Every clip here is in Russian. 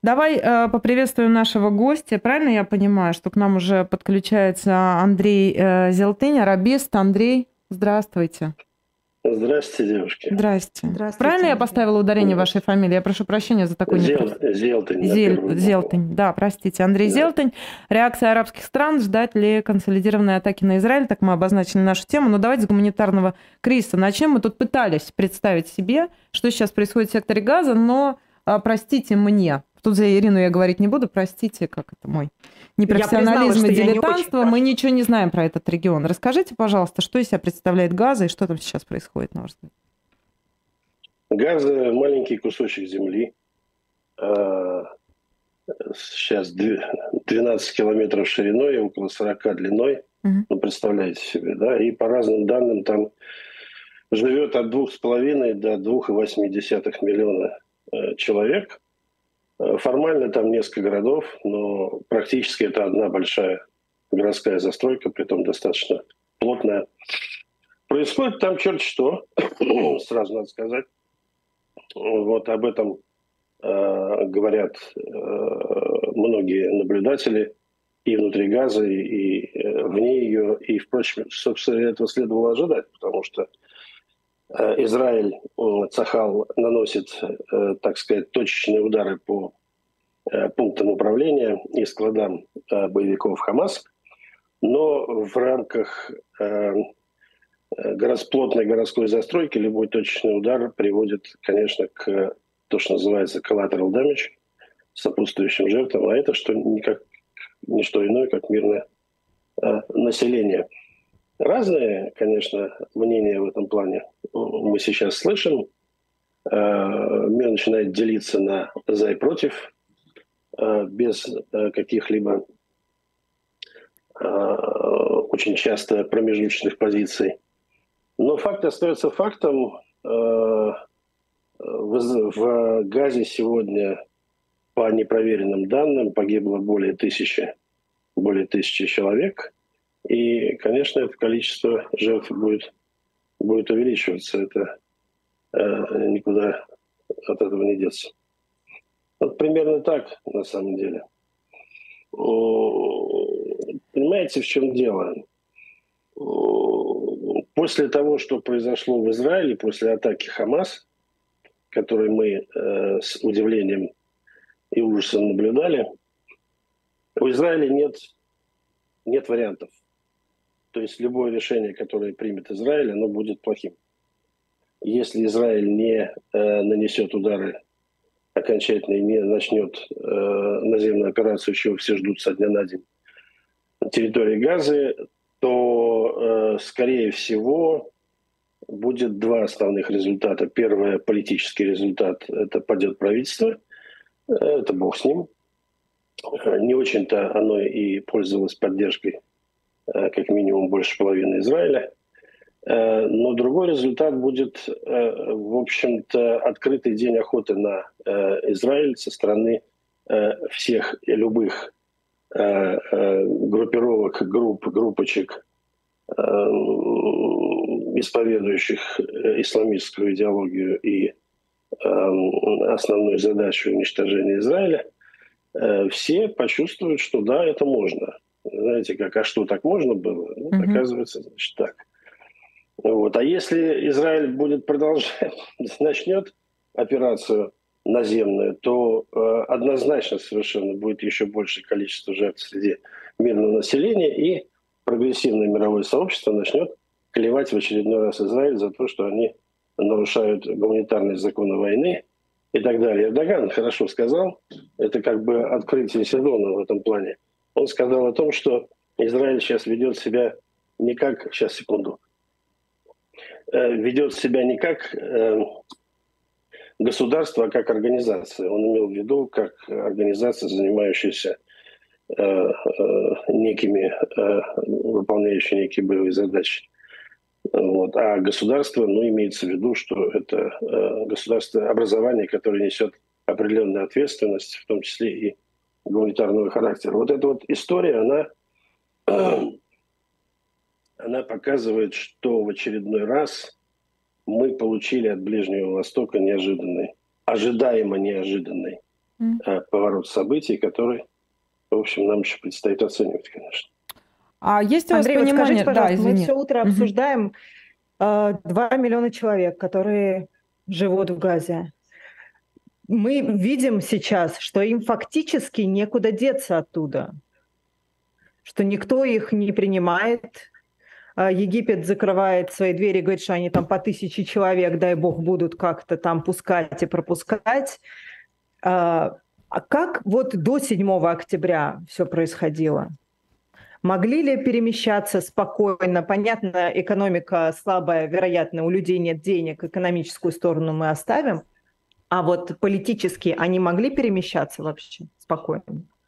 Давай поприветствуем нашего гостя. Правильно я понимаю, что к нам уже подключается Андрей Зелтынь, арабист. Андрей, здравствуйте. Здравствуйте, девушки. Здрасте. Правильно Здравствуйте, я Андрей. поставила ударение в Да. вашей фамилии? Я прошу прощения за такой Зелтень на первую букву. Зелтынь. Да, простите. Андрей Да. Зелтынь. Реакция арабских стран. Ждать ли консолидированной атаки на Израиль? Так мы обозначили нашу тему. Но давайте с гуманитарного кризиса начнем. Мы тут пытались представить себе, что сейчас происходит в секторе Газа, но простите мне. Тут за Ирину я говорить не буду. Простите, как это мой Я признала, непрофессионализм что и я не очень дилетантство. Мы хорошо. ничего не знаем про этот регион. Расскажите, пожалуйста, что из себя представляет Газа и что там сейчас происходит, на ваш взгляд? Газа – маленький кусочек земли. А, Сейчас 12 километров шириной и около 40 длиной. Мгм. Ну, представляете себе, да? И по разным данным там живет от 2,5 до 2,8 миллиона человек. Формально там несколько городов, но практически это одна большая городская застройка, притом достаточно плотная. Происходит там черт что, сразу надо сказать. Вот об этом говорят многие наблюдатели и внутри Газы, и вне ее. И, впрочем, собственно, этого следовало ожидать, потому что Израиль, Цахал, наносит, так сказать, точечные удары по пунктам управления и складам боевиков Хамас, но в рамках плотной городской застройки любой точечный удар приводит, конечно, к то, что называется collateral damage, сопутствующим жертвам, а это не что иное, как мирное население. Разные, конечно, мнения в этом плане мы сейчас слышим. Мир начинает делиться на «за» и «против», без каких-либо очень часто промежуточных позиций. Но факт остается фактом. В Газе сегодня, по непроверенным данным, погибло более тысячи человек. И, конечно, это количество жертв будет увеличиваться. Это никуда от этого не деться. Вот примерно так, на самом деле. Понимаете, в чем дело? После того, что произошло в Израиле, после атаки Хамас, которой мы с удивлением и ужасом наблюдали, у Израиля нет вариантов. То есть любое решение, которое примет Израиль, оно будет плохим. Если Израиль не нанесет удары окончательно и не начнет наземную операцию, чего все ждут со дня на день, на территории Газы, то, скорее всего, будет два основных результата. Первый политический результат – это падет правительство, это бог с ним. Не очень-то оно и пользовалось поддержкой, как минимум, больше половины Израиля. Но другой результат будет, в общем-то, открытый день охоты на Израиль со стороны всех и любых группировок, группочек, исповедующих исламистскую идеологию и основную задачу уничтожения Израиля, все почувствуют, что да, это можно. Знаете, а что, так можно было? Ну, оказывается, значит, так. Вот. А если Израиль будет продолжать, начнет операцию наземную, то однозначно совершенно будет еще большее количество жертв среди мирного населения, и прогрессивное мировое сообщество начнет клевать в очередной раз Израиль за то, что они нарушают гуманитарные законы войны и так далее. Эрдоган хорошо сказал, это как бы открытие сезона в этом плане. Он сказал о том, что Израиль сейчас ведет себя не как... Сейчас, секунду. Ведет себя не как государство, а как организация. Он имел в виду как организация, занимающаяся выполняющая некие боевые задачи. Вот. А государство, имеется в виду, что это государство образование, которое несет определенную ответственность, в том числе и гуманитарного характера. Вот эта вот история, она показывает, что в очередной раз мы получили от Ближнего Востока ожидаемо неожиданный поворот событий, который, в общем, нам еще предстоит оценивать, конечно. А есть у вас Андрей, вот понимание... скажите, пожалуйста, Да, мы извини. все утро обсуждаем 2 миллиона человек, которые живут в Газе. Мы видим сейчас, что им фактически некуда деться оттуда, что никто их не принимает. Египет закрывает свои двери, говорит, что они там по 1000 человек, дай бог, будут как-то там пускать и пропускать. А как вот до 7 октября все происходило? Могли ли перемещаться спокойно? Понятно, экономика слабая, вероятно, у людей нет денег, экономическую сторону мы оставим. А вот политически они могли перемещаться вообще спокойно?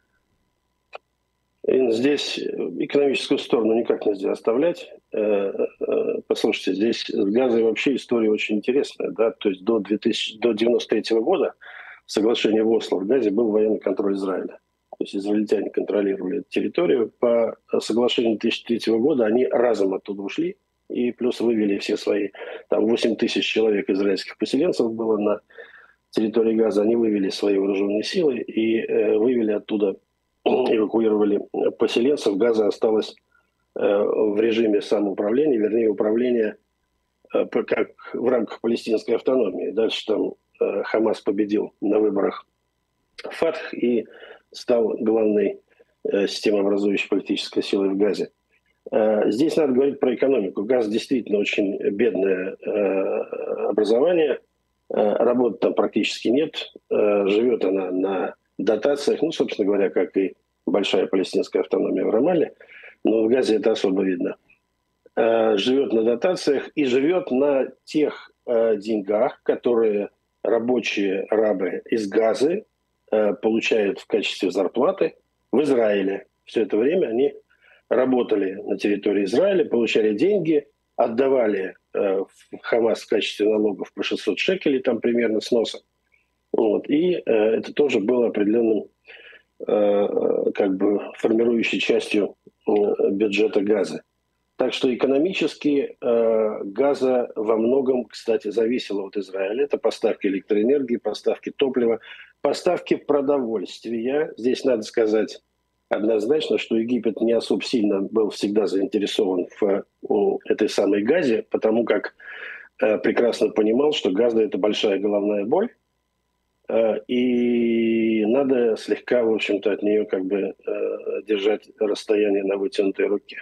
Здесь экономическую сторону никак нельзя оставлять. Послушайте, здесь с Газой вообще история очень интересная. Да? То есть до 1993 года соглашение в Осло в Газе был военный контроль Израиля. То есть израильтяне контролировали эту территорию. По соглашению 2003 года они разом оттуда ушли и плюс вывели все свои, там 8 тысяч человек израильских поселенцев было на территории Газа. Они вывели свои вооруженные силы и вывели оттуда, эвакуировали поселенцев. Газа осталась в режиме самоуправления, вернее управления как в рамках палестинской автономии. Дальше там Хамас победил на выборах Фатх и стал главной системообразующей политической силой в Газе. Здесь надо говорить про экономику. Газ действительно очень бедное образование. Работы там практически нет. Живет она на дотациях, ну, собственно говоря, как и большая палестинская автономия в Рамалле. Но в Газе это особо видно. Живет на дотациях и живет на тех деньгах, которые рабочие арабы из Газы получают в качестве зарплаты в Израиле. Все это время они работали на территории Израиля, получали деньги, отдавали в Хамас в качестве налогов по 600 шекелей, там примерно сноса. Вот. И это тоже было определенным как бы формирующей частью бюджета Газы. Так что экономически Газа во многом, кстати, зависела от Израиля. Это поставки электроэнергии, поставки топлива, поставки продовольствия. Здесь надо сказать однозначно, что Египет не особо сильно был всегда заинтересован в этой самой Газе, потому как прекрасно понимал, что Газа – это большая головная боль, и надо слегка, в общем-то, от нее как бы держать расстояние на вытянутой руке.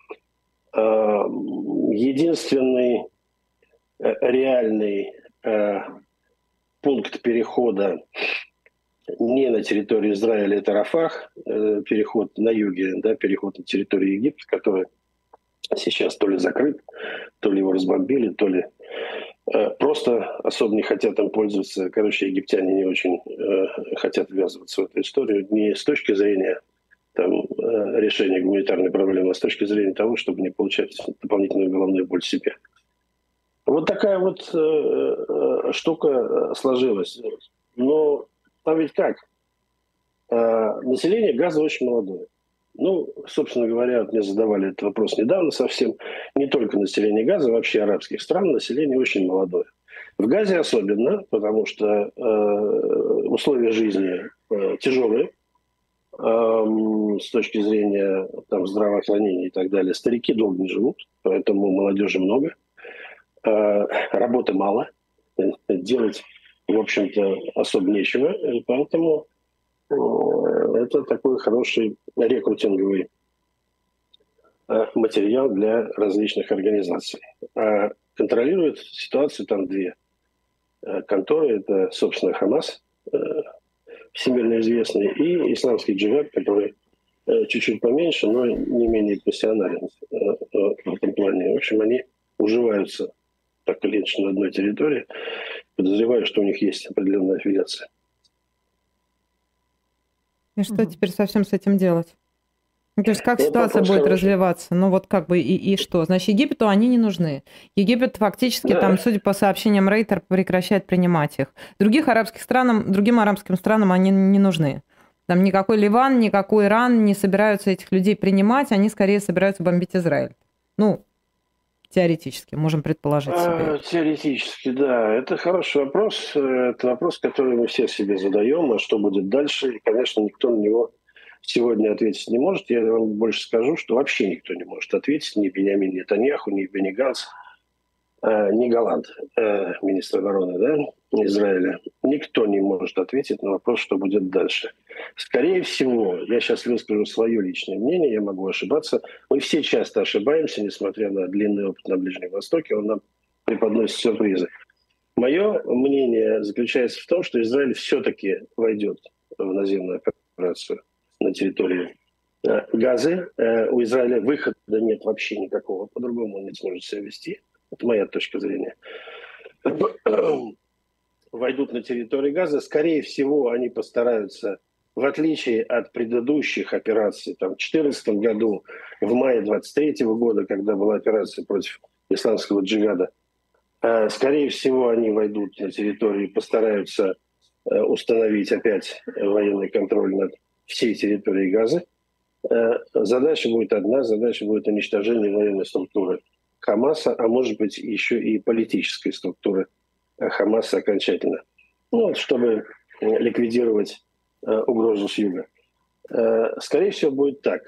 Единственный реальный пункт перехода не на территорию Израиля — это Рафах, переход на юге, да, переход на территорию Египта, который сейчас то ли закрыт, то ли его разбомбили, то ли просто особо не хотят им пользоваться. Короче, египтяне не очень хотят ввязываться в эту историю не с точки зрения там, решения гуманитарной проблемы, а с точки зрения того, чтобы не получать дополнительную головную боль себе. Вот такая вот штука сложилась. Но там ведь как? Население Газа очень молодое. Ну, собственно говоря, мне задавали этот вопрос недавно совсем. Не только население Газа, вообще арабских стран население очень молодое. В Газе особенно, потому что условия жизни тяжелые с точки зрения там, здравоохранения и так далее. Старики долго не живут, поэтому молодежи много. Работы мало. Делать, в общем-то, особо нечего. И поэтому это такой хороший рекрутинговый материал для различных организаций. А контролирует ситуацию там две конторы. Это, собственно, Хамас, всемирно известный, и исламский джихад, который чуть-чуть поменьше, но не менее профессионален в этом плане. В общем, они уживаются так или иначе на одной территории. Подозреваю, что у них есть определенная аффилиация. И что теперь совсем с этим делать? Ну, то есть как ситуация будет развиваться? Ну вот как бы и что? Значит, Египту они не нужны. Египет фактически там, судя по сообщениям Рейтер, прекращает принимать их. Другим арабским странам они не нужны. Там никакой Ливан, никакой Иран не собираются этих людей принимать, они скорее собираются бомбить Израиль. Ну, Теоретически, можем предположить себе. Теоретически, да. Это хороший вопрос. Это вопрос, который мы все себе задаем. А что будет дальше? И, конечно, никто на него сегодня ответить не может. Я вам больше скажу, что вообще никто не может ответить. Ни Биньямин Нетаньяху, ни Бенни Ганц, ни Галант, министр обороны, да, Израиля. Никто не может ответить на вопрос, что будет дальше. Скорее всего, я сейчас выскажу свое личное мнение, я могу ошибаться. Мы все часто ошибаемся, несмотря на длинный опыт на Ближнем Востоке, он нам преподносит сюрпризы. Мое мнение заключается в том, что Израиль все-таки войдет в наземную операцию на территории Газы. У Израиля выхода нет вообще никакого, по-другому он не сможет себя вести. Это моя точка зрения. Войдут на территорию Газа. Скорее всего, они постараются, в отличие от предыдущих операций, там, в 2014 году, в мае 2023 года, когда была операция против исламского джихада, скорее всего, они войдут на территорию и постараются установить опять военный контроль над всей территорией Газы. Задача будет одна, задача будет уничтожение военной структуры Хамаса, а может быть еще и политической структуры Хамаса окончательно, чтобы ликвидировать угрозу с юга. Скорее всего, будет так.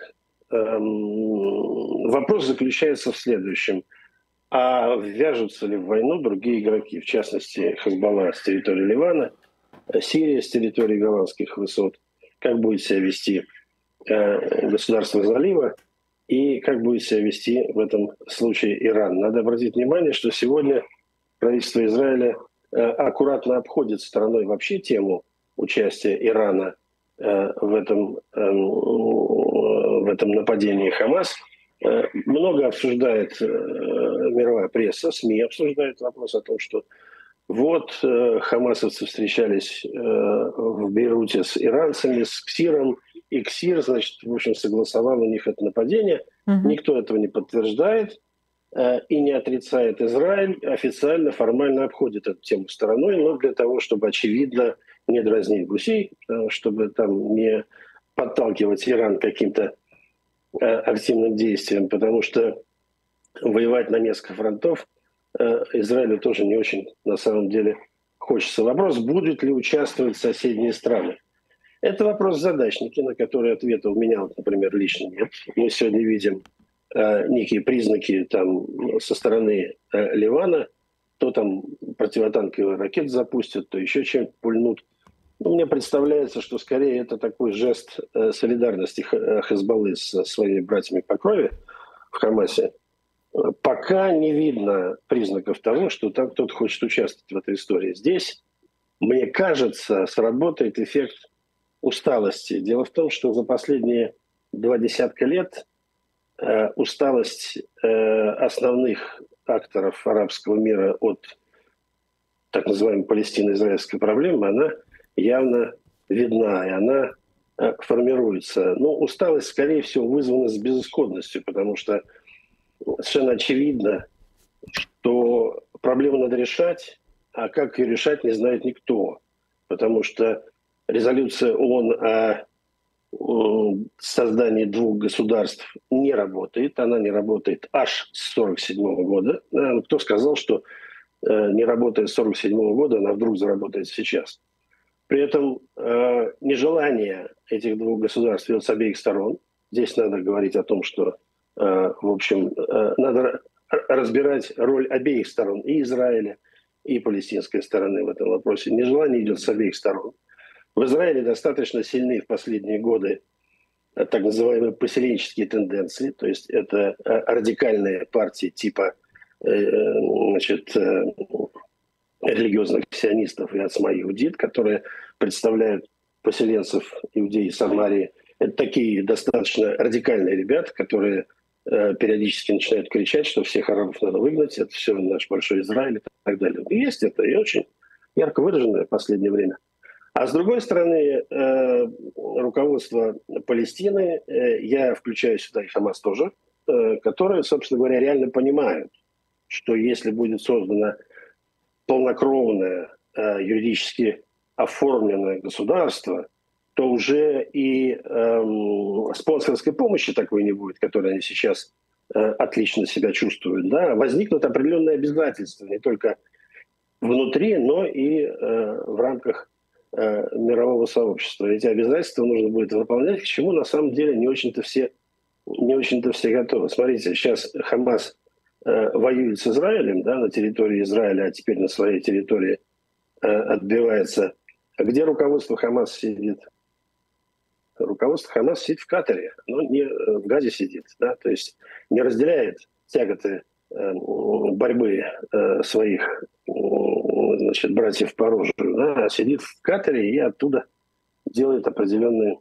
Вопрос заключается в следующем. А ввяжутся ли в войну другие игроки, в частности, Хезболла с территории Ливана, Сирия с территории Голландских высот, как будет себя вести государство залива, и как будет себя вести в этом случае Иран. Надо обратить внимание, что сегодня правительство Израиля аккуратно обходит стороной вообще тему участия Ирана в этом нападении Хамас. Много обсуждает мировая пресса, СМИ обсуждают вопрос о том, что вот хамасовцы встречались в Бейруте с иранцами, с КСИРом, и КСИР, значит, в общем, согласовал у них это нападение. Никто этого не подтверждает и не отрицает. Израиль официально, формально обходит эту тему стороной, но для того, чтобы, очевидно, не дразнить гусей, чтобы там не подталкивать Иран к каким-то активным действиям, потому что воевать на несколько фронтов Израилю тоже не очень на самом деле хочется. Вопрос, будут ли участвовать соседние страны. Это вопрос задачники, на который ответа у меня, например, лично нет. Мы сегодня видим некие признаки там, со стороны Ливана, то там противотанковые ракеты запустят, то еще чем-то пульнут. Мне представляется, что скорее это такой жест солидарности Хезболлы со своими братьями по крови в Хамасе. Пока не видно признаков того, что там кто-то хочет участвовать в этой истории. Здесь, мне кажется, сработает эффект усталости. Дело в том, что за последние 20 лет усталость основных акторов арабского мира от так называемой палестино-израильской проблемы, она явно видна, и она формируется. Но усталость, скорее всего, вызвана с безысходностью, потому что совершенно очевидно, что проблему надо решать, а как ее решать, не знает никто. Потому что резолюция ООН о создании двух государств не работает. Она не работает аж с 1947 года. Кто сказал, что не работает с 1947 года, она вдруг заработает сейчас? При этом нежелание этих двух государств идет с обеих сторон. Здесь надо говорить о том, что, в общем, надо разбирать роль обеих сторон, и Израиля, и палестинской стороны в этом вопросе. Нежелание идет с обеих сторон. В Израиле достаточно сильны в последние годы так называемые поселенческие тенденции, то есть это радикальные партии типа религиозных сионистов и Ацма Иудит, которые представляют поселенцев Иудеи и Самарии. Это такие достаточно радикальные ребята, которые периодически начинают кричать, что всех арабов надо выгнать, это все наш большой Израиль и так далее. И есть это, и очень ярко выраженное в последнее время. А с другой стороны, руководство Палестины, я включаю сюда и Хамас тоже, которые, собственно говоря, реально понимают, что если будет создано полнокровное, юридически оформленное государство, то уже и спонсорской помощи такой не будет, которую они сейчас отлично себя чувствуют, да, возникнут определенные обязательства не только внутри, но и в рамках мирового сообщества. Эти обязательства нужно будет выполнять, к чему на самом деле не очень-то все готовы. Смотрите, сейчас Хамас воюет с Израилем, да, на территории Израиля, а теперь на своей территории отбивается. А где руководство Хамас сидит? Руководство Хамас сидит в Катаре, но не в Газе сидит, да, то есть не разделяет тяготы борьбы своих, значит, братьев по оружию, да, а сидит в Катаре и оттуда делает определенные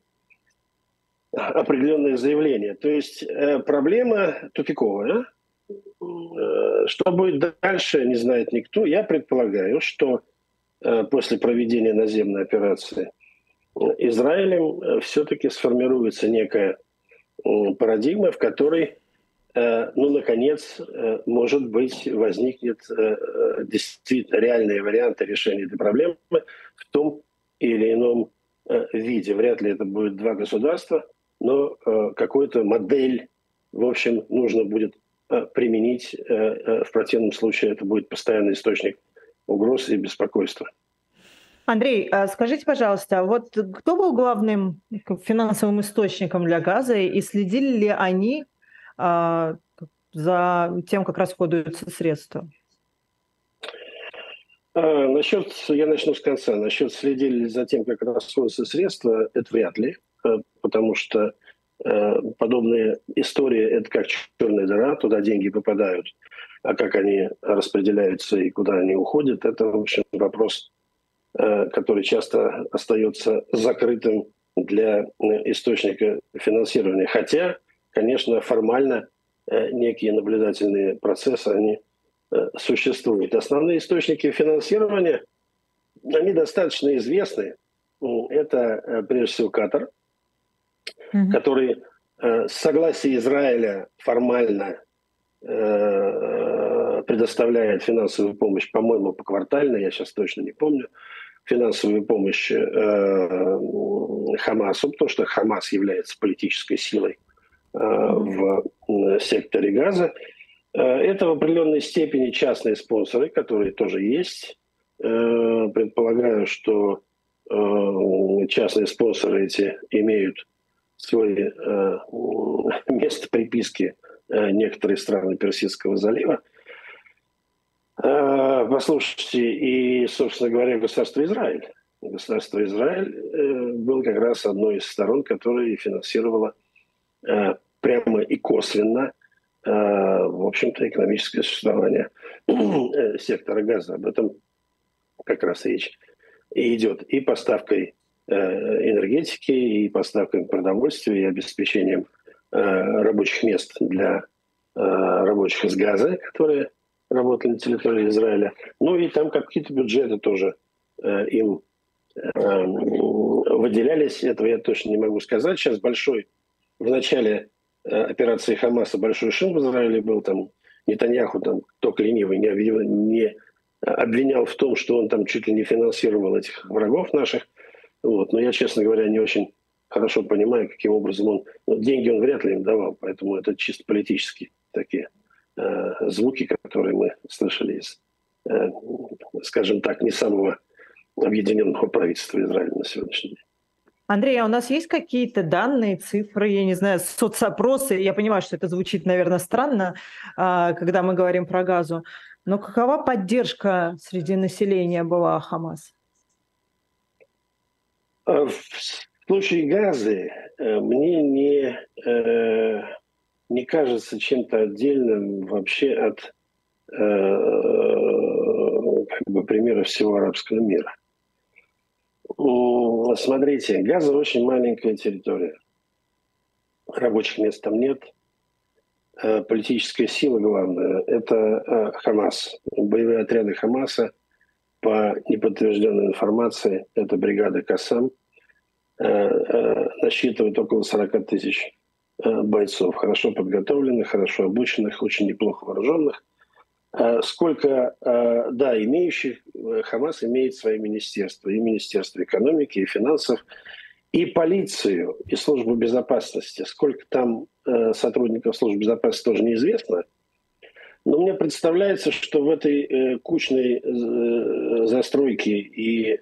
заявления. То есть проблема тупиковая. Что будет дальше, не знает никто. Я предполагаю, что после проведения наземной операции Израилем все-таки сформируется некая парадигма, в которой, ну, наконец, может быть, возникнет действительно реальные варианты решения этой проблемы в том или ином виде. Вряд ли это будет два государства, но какую-то модель, в общем, нужно будет применить. В противном случае это будет постоянный источник угроз и беспокойства. Андрей, скажите, пожалуйста, вот кто был главным финансовым источником для Газа, и следили ли они за тем, как расходуются средства? Я начну с конца. Насчет следили ли за тем, как расходуются средства, это вряд ли, потому что подобные истории – это как черная дыра, туда деньги попадают, а как они распределяются и куда они уходят, это, в общем, вопрос, который часто остается закрытым для источника финансирования. Хотя, конечно, формально некие наблюдательные процессы, они существуют. Основные источники финансирования, они достаточно известны. Это, прежде всего, Катар, который с согласия Израиля формально предоставляет финансовую помощь, по-моему, поквартально, я сейчас точно не помню, финансовую помощь Хамасу, потому что Хамас является политической силой в секторе Газа. Это в определенной степени частные спонсоры, которые тоже есть. Предполагаю, что частные спонсоры эти имеют свое место приписки некоторые страны Персидского залива. Послушайте, и, собственно говоря, государство Израиль. Государство Израиль было как раз одной из сторон, которая финансировала прямо и косвенно, в общем-то, экономическое существование сектора Газа. Об этом как раз речь и идет. И поставкой энергетики, и поставкой продовольствия, и обеспечением рабочих мест для рабочих из Газа, которые работали на территории Израиля. Ну и там какие-то бюджеты тоже им выделялись. Этого я точно не могу сказать. Сейчас в начале операции Хамаса большой шум в Израиле был. Там Нетаньяху, там, только ленивый, не обвинял в том, что он там чуть ли не финансировал этих врагов наших. Вот. Но я, честно говоря, не очень хорошо понимаю, каким образом деньги он вряд ли им давал. Поэтому это чисто политические такие звуки, которые мы слышали из, скажем так, не самого объединенного правительства Израиля на сегодняшний день. Андрей, а у нас есть какие-то данные, цифры, я не знаю, соцопросы? Я понимаю, что это звучит, наверное, странно, когда мы говорим про Газу, но какова поддержка среди населения была Хамас? В случае Газы мне не кажется чем-то отдельным вообще от примера всего арабского мира. Смотрите, Газа очень маленькая территория. Рабочих мест там нет. Политическая сила главная – это Хамас. Боевые отряды Хамаса, по неподтвержденной информации, это бригада «Кассам», насчитывает около 40 тысяч бойцов, хорошо подготовленных, хорошо обученных, очень неплохо вооруженных. Сколько, имеющих, Хамас имеет свои министерства, и Министерство экономики, и финансов, и полицию, и службу безопасности. Сколько там сотрудников службы безопасности, тоже неизвестно. Но мне представляется, что в этой кучной застройке и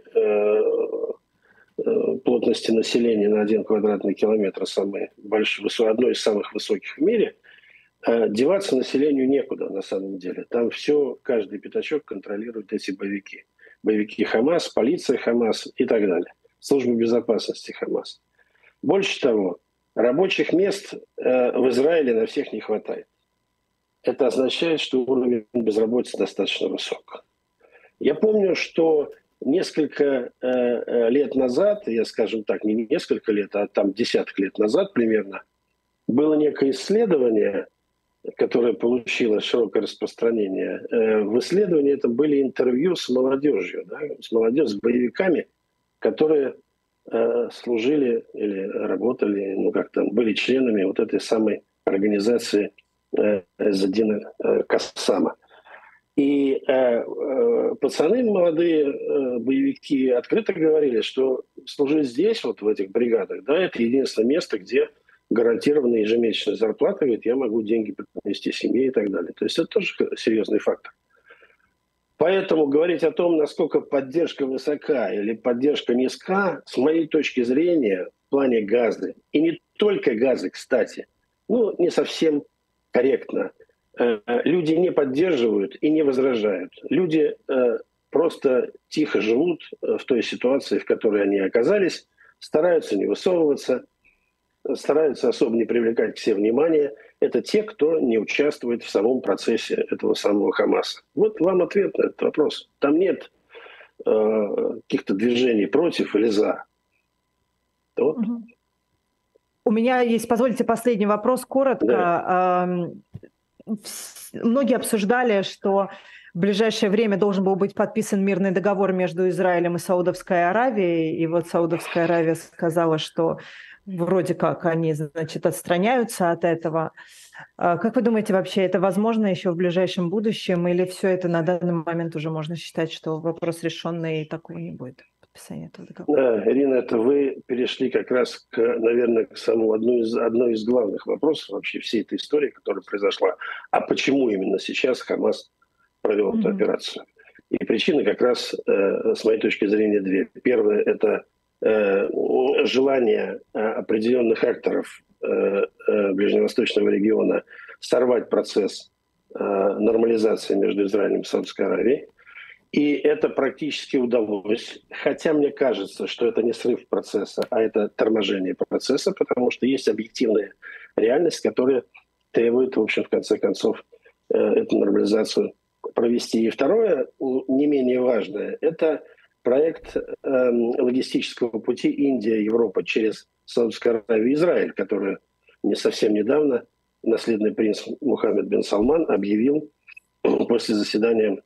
плотности населения на 1 квадратный километр, одной из самых высоких в мире, деваться населению некуда на самом деле. Там все, каждый пятачок контролируют эти боевики. Боевики Хамас, полиция Хамас и так далее. Служба безопасности Хамас. Больше того, рабочих мест в Израиле на всех не хватает. Это означает, что уровень безработицы достаточно высок. Я помню, что несколько лет назад, скажем так, не несколько лет, а там десяток лет назад примерно, было некое исследование, которое получило широкое распространение. В исследовании это были интервью с молодежью, с боевиками, которые служили или работали, были членами вот этой самой организации Эззадина Кассама. И пацаны, молодые боевики, открыто говорили, что служить здесь, вот в этих бригадах, это единственное место, где гарантированная ежемесячная зарплата, говорит, я могу деньги принести семье и так далее. То есть это тоже серьезный фактор. Поэтому говорить о том, насколько поддержка высока или поддержка низка, с моей точки зрения, в плане Газы, и не только Газы, кстати, не совсем корректно. Люди не поддерживают и не возражают. Люди просто тихо живут в той ситуации, в которой они оказались, стараются не высовываться, стараются особо не привлекать к себе внимания. Это те, кто не участвует в самом процессе этого самого Хамаса. Вот вам ответ на этот вопрос. Там нет каких-то движений против или за. Вот. У меня есть, позвольте, последний вопрос, коротко. Да. Многие обсуждали, что в ближайшее время должен был быть подписан мирный договор между Израилем и Саудовской Аравией. И вот Саудовская Аравия сказала, что вроде как они, отстраняются от этого. Как вы думаете, вообще это возможно еще в ближайшем будущем? Или все это на данный момент уже можно считать, что вопрос решенный и такого не будет? Этого договора? Да, Ирина, это вы перешли как раз, наверное, к самому одной из главных вопросов вообще всей этой истории, которая произошла. А почему именно сейчас Хамас провел эту операцию? И причины как раз, с моей точки зрения, две. Первое – это желание определенных акторов ближневосточного региона сорвать процесс нормализации между Израилем и Саудовской Аравией. И это практически удалось, хотя мне кажется, что это не срыв процесса, а это торможение процесса, потому что есть объективная реальность, которая требует, в общем, в конце концов, эту нормализацию провести. И второе, не менее важное, это проект логистического пути Индия-Европа через Саудовскую Аравию и Израиль, который не совсем недавно наследный принц Мухаммед бен Салман объявил после заседания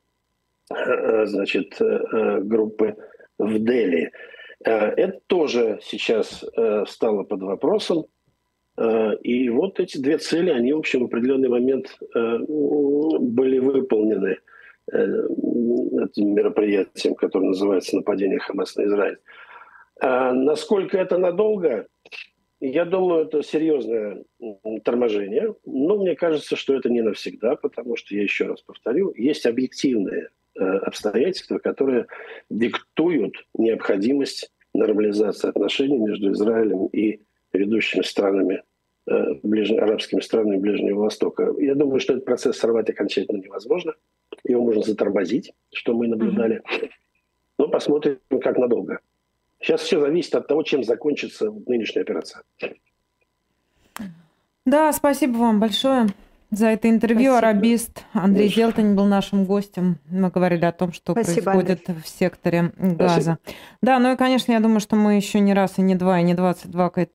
группы в Дели. Это тоже сейчас стало под вопросом. И вот эти две цели, они, в общем, в определенный момент были выполнены этим мероприятием, которое называется «Нападение Хамас на Израиль». Насколько это надолго? Я думаю, это серьезное торможение. Но мне кажется, что это не навсегда, потому что, я еще раз повторю, есть объективные обстоятельства, которые диктуют необходимость нормализации отношений между Израилем и ведущими странами, арабскими странами Ближнего Востока. Я думаю, что этот процесс сорвать окончательно невозможно. Его можно затормозить, что мы наблюдали. Но посмотрим, как надолго. Сейчас все зависит от того, чем закончится нынешняя операция. Да, спасибо вам большое за это интервью. Спасибо. Арабист Андрей Зелтань был нашим гостем. Мы говорили о том, что происходит в секторе Газа. Да, ну и, конечно, я думаю, что мы еще не раз, и не два, и не 22